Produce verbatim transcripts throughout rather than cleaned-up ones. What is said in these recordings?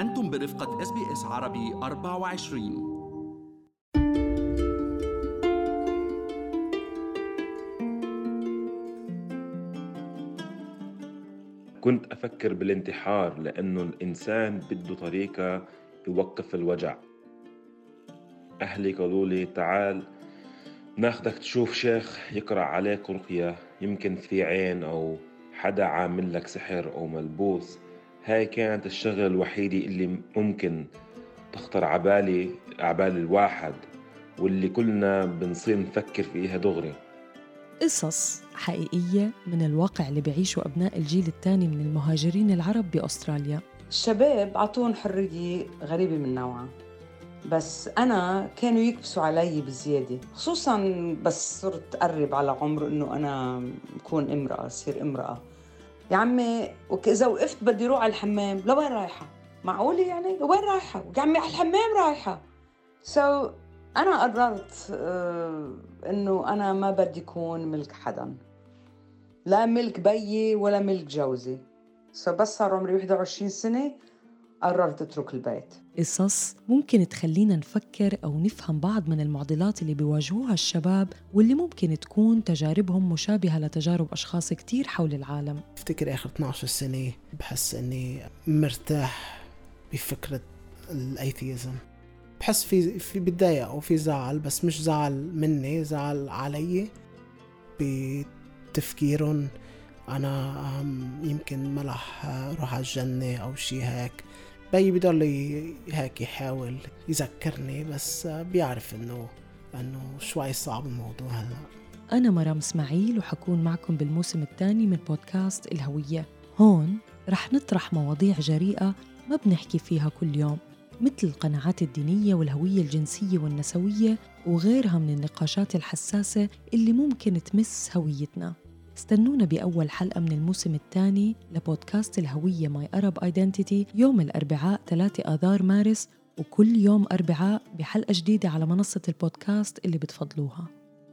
أنتم برفقة إس بي إس عربي أربعة وعشرين. كنت أفكر بالانتحار لأنه الإنسان بده طريقة يوقف الوجع. أهلي قالوا لي تعال ناخدك تشوف شيخ يقرأ عليك رقية، يمكن في عين أو حدا عامل لك سحر أو ملبوس. هاي كانت الشغلة الوحيدة اللي ممكن تخطر عبالي عبال الواحد، واللي كلنا بنصير نفكر فيها دغري. قصص حقيقية من الواقع اللي بيعيشوا أبناء الجيل الثاني من المهاجرين العرب بأستراليا. الشباب عطون حرية غريبة من نوعها، بس أنا كانوا يكبسوا علي بزيادة، خصوصاً بس صرت أقرب على عمر إنه أنا أكون امرأة، صير امرأة. يا عمي وإذا وقفت بدي روح على الحمام، لوين رايحة؟ معقولة يعني؟ وين رايحة؟ يا عمي على الحمام رايحة. so أنا قررت آه إنه أنا ما بدي أكون ملك حدا، لا ملك بيي ولا ملك جوزي. so بس صار عمري واحد وعشرين سنة قررت أترك البيت. قصص ممكن تخلينا نفكر أو نفهم بعض من المعضلات اللي بيواجهوها الشباب، واللي ممكن تكون تجاربهم مشابهة لتجارب أشخاص كتير حول العالم. افتكر آخر اثني عشر سنة بحس أني مرتاح بفكرة الأيثيزم. بحس في في بداية أو في زعل، بس مش زعل مني، زعل علي بتفكيرهم أنا يمكن ما رح أروح على الجنة أو شيء هيك. بي بيضل هيك يحاول يذكرني، بس بيعرف إنه إنه شوي صعب الموضوع هلا. أنا مرام إسماعيل وحكون معكم بالموسم الثاني من بودكاست الهوية. هون رح نطرح مواضيع جريئة ما بنحكي فيها كل يوم، مثل القناعات الدينية والهوية الجنسية والنسوية وغيرها من النقاشات الحساسة اللي ممكن تمس هويتنا. استنونا بأول حلقة من الموسم الثاني لبودكاست الهوية My Arab Identity يوم الأربعاء ثلاثة آذار مارس، وكل يوم أربعاء بحلقة جديدة على منصة البودكاست اللي بتفضلوها.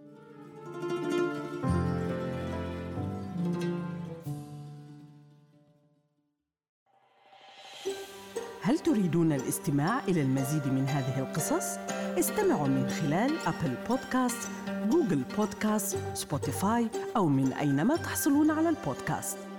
هل تريدون الاستماع إلى المزيد من هذه القصص؟ استمعوا من خلال أبل بودكاست، جوجل بودكاست، سبوتيفاي أو من أينما تحصلون على البودكاست.